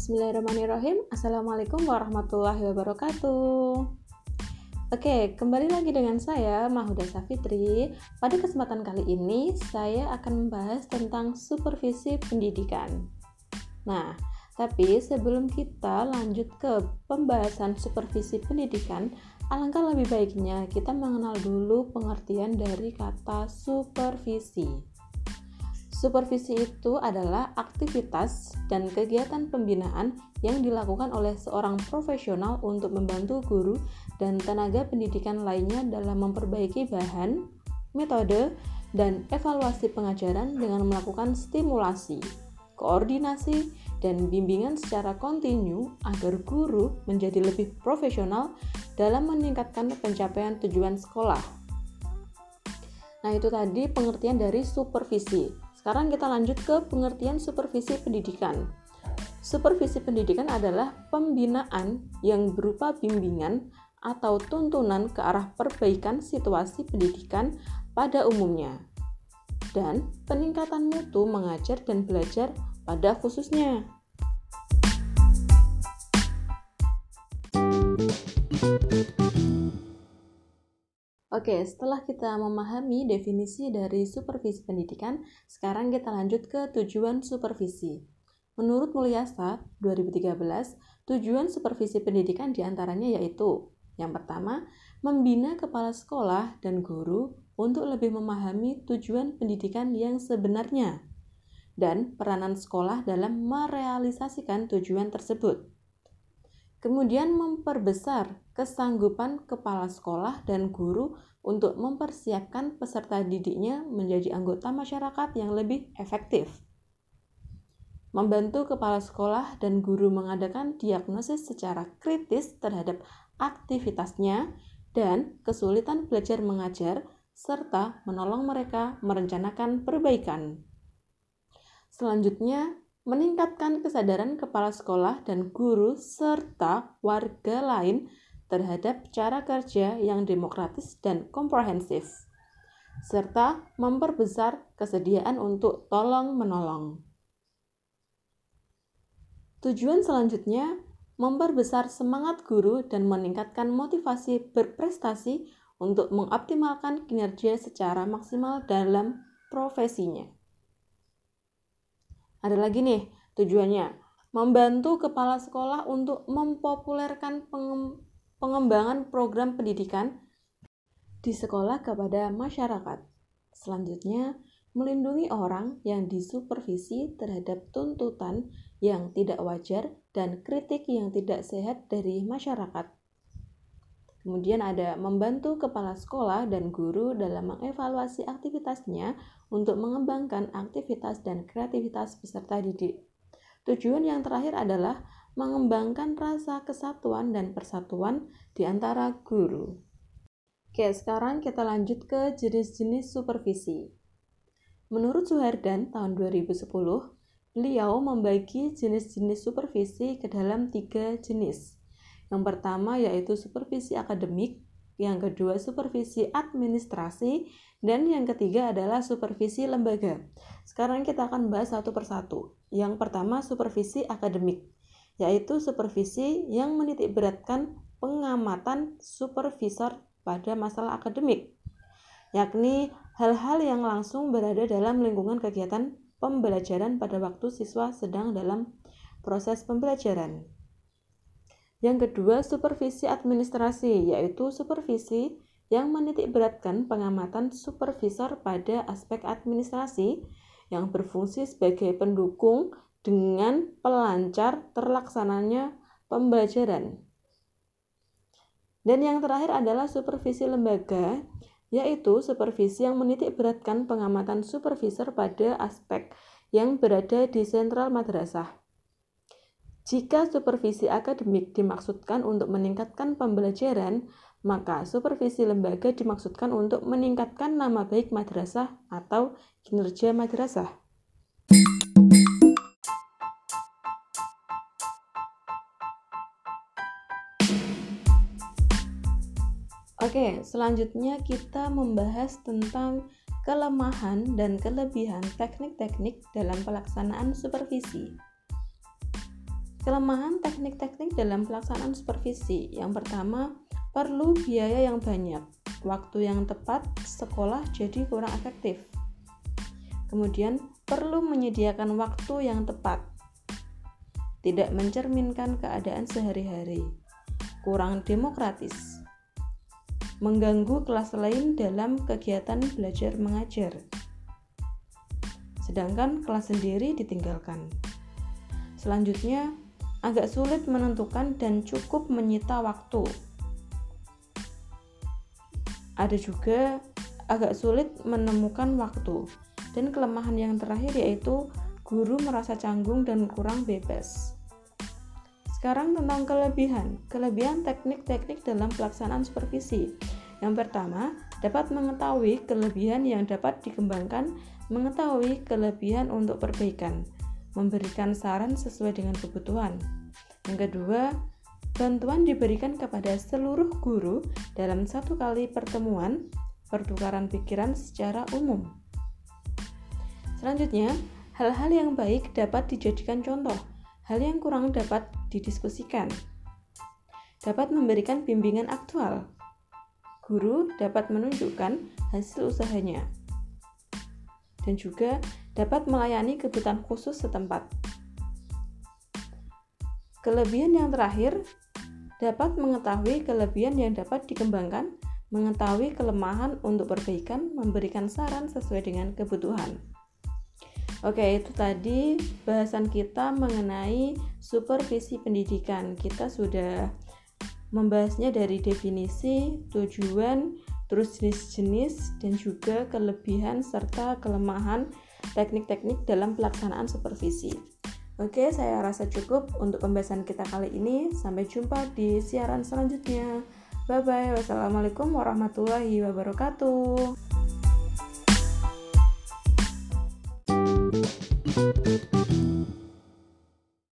Bismillahirrahmanirrahim. Assalamualaikum warahmatullahi wabarakatuh. Oke, kembali lagi dengan saya, Mahuda Safitri. Pada kesempatan kali ini, saya akan membahas tentang supervisi pendidikan. Nah, tapi sebelum kita lanjut ke pembahasan supervisi pendidikan, alangkah lebih baiknya kita mengenal dulu pengertian dari kata supervisi. Supervisi itu adalah aktivitas dan kegiatan pembinaan yang dilakukan oleh seorang profesional untuk membantu guru dan tenaga pendidikan lainnya dalam memperbaiki bahan, metode, dan evaluasi pengajaran dengan melakukan stimulasi, koordinasi, dan bimbingan secara kontinu agar guru menjadi lebih profesional dalam meningkatkan pencapaian tujuan sekolah. Nah, itu tadi pengertian dari supervisi. Sekarang kita lanjut ke pengertian supervisi pendidikan. Supervisi pendidikan adalah pembinaan yang berupa bimbingan atau tuntunan ke arah perbaikan situasi pendidikan pada umumnya dan peningkatan mutu mengajar dan belajar pada khususnya. Oke, setelah kita memahami definisi dari supervisi pendidikan, sekarang kita lanjut ke tujuan supervisi. Menurut Mulyasa 2013, tujuan supervisi pendidikan diantaranya yaitu: yang pertama, membina kepala sekolah dan guru untuk lebih memahami tujuan pendidikan yang sebenarnya dan peranan sekolah dalam merealisasikan tujuan tersebut. Kemudian memperbesar kesanggupan kepala sekolah dan guru untuk mempersiapkan peserta didiknya menjadi anggota masyarakat yang lebih efektif. Membantu kepala sekolah dan guru mengadakan diagnosis secara kritis terhadap aktivitasnya dan kesulitan belajar mengajar, serta menolong mereka merencanakan perbaikan. Selanjutnya, meningkatkan kesadaran kepala sekolah dan guru serta warga lain terhadap cara kerja yang demokratis dan komprehensif, serta memperbesar kesediaan untuk tolong-menolong. Tujuan selanjutnya, memperbesar semangat guru dan meningkatkan motivasi berprestasi untuk mengoptimalkan kinerja secara maksimal dalam profesinya. Ada lagi nih tujuannya, membantu kepala sekolah untuk mempopulerkan pengembangan program pendidikan di sekolah kepada masyarakat. Selanjutnya, melindungi orang yang disupervisi terhadap tuntutan yang tidak wajar dan kritik yang tidak sehat dari masyarakat. Kemudian ada membantu kepala sekolah dan guru dalam mengevaluasi aktivitasnya untuk mengembangkan aktivitas dan kreativitas peserta didik. Tujuan yang terakhir adalah mengembangkan rasa kesatuan dan persatuan di antara guru. Oke, sekarang kita lanjut ke jenis-jenis supervisi. Menurut Suherdan tahun 2010, beliau membagi jenis-jenis supervisi ke dalam 3 jenis. Yang pertama yaitu supervisi akademik, yang kedua supervisi administrasi, dan yang ketiga adalah supervisi lembaga. Sekarang kita akan bahas satu persatu. Yang pertama supervisi akademik, yaitu supervisi yang menitikberatkan pengamatan supervisor pada masalah akademik, yakni hal-hal yang langsung berada dalam lingkungan kegiatan pembelajaran pada waktu siswa sedang dalam proses pembelajaran. Yang kedua, supervisi administrasi, yaitu supervisi yang menitikberatkan pengamatan supervisor pada aspek administrasi yang berfungsi sebagai pendukung dengan pelancar terlaksananya pembelajaran. Dan yang terakhir adalah supervisi lembaga, yaitu supervisi yang menitikberatkan pengamatan supervisor pada aspek yang berada di sentral madrasah. Jika supervisi akademik dimaksudkan untuk meningkatkan pembelajaran, maka supervisi lembaga dimaksudkan untuk meningkatkan nama baik madrasah atau kinerja madrasah. Oke, selanjutnya kita membahas tentang kelemahan dan kelebihan teknik-teknik dalam pelaksanaan supervisi. Kelemahan teknik-teknik dalam pelaksanaan supervisi. Yang pertama, perlu biaya yang banyak, waktu yang tepat, sekolah jadi kurang efektif. Kemudian, perlu menyediakan waktu yang tepat, tidak mencerminkan keadaan sehari-hari, kurang demokratis, mengganggu kelas lain dalam kegiatan belajar mengajar, sedangkan kelas sendiri ditinggalkan. Selanjutnya, agak sulit menentukan dan cukup menyita waktu. Ada juga agak sulit menemukan waktu. Dan kelemahan yang terakhir yaitu guru merasa canggung dan kurang bebas. Sekarang tentang kelebihan teknik-teknik dalam pelaksanaan supervisi. Yang pertama, dapat mengetahui kelebihan yang dapat dikembangkan, mengetahui kelebihan untuk perbaikan, memberikan saran sesuai dengan kebutuhan. Yang kedua, bantuan diberikan kepada seluruh guru dalam satu kali pertemuan, pertukaran pikiran secara umum. Selanjutnya, hal-hal yang baik dapat dijadikan contoh, hal yang kurang dapat didiskusikan. Dapat memberikan bimbingan aktual. Guru dapat menunjukkan hasil usahanya. Dan juga dapat melayani kebutuhan khusus setempat. Kelebihan yang terakhir, dapat mengetahui kelebihan yang dapat dikembangkan, mengetahui kelemahan untuk perbaikan, memberikan saran sesuai dengan kebutuhan. Oke, itu tadi bahasan kita mengenai supervisi pendidikan. Kita sudah membahasnya dari definisi, tujuan, terus jenis-jenis, dan juga kelebihan serta kelemahan teknik-teknik dalam pelaksanaan supervisi. Oke, saya rasa cukup untuk pembahasan kita kali ini. Sampai jumpa di siaran selanjutnya. Bye-bye. Wassalamualaikum warahmatullahi wabarakatuh.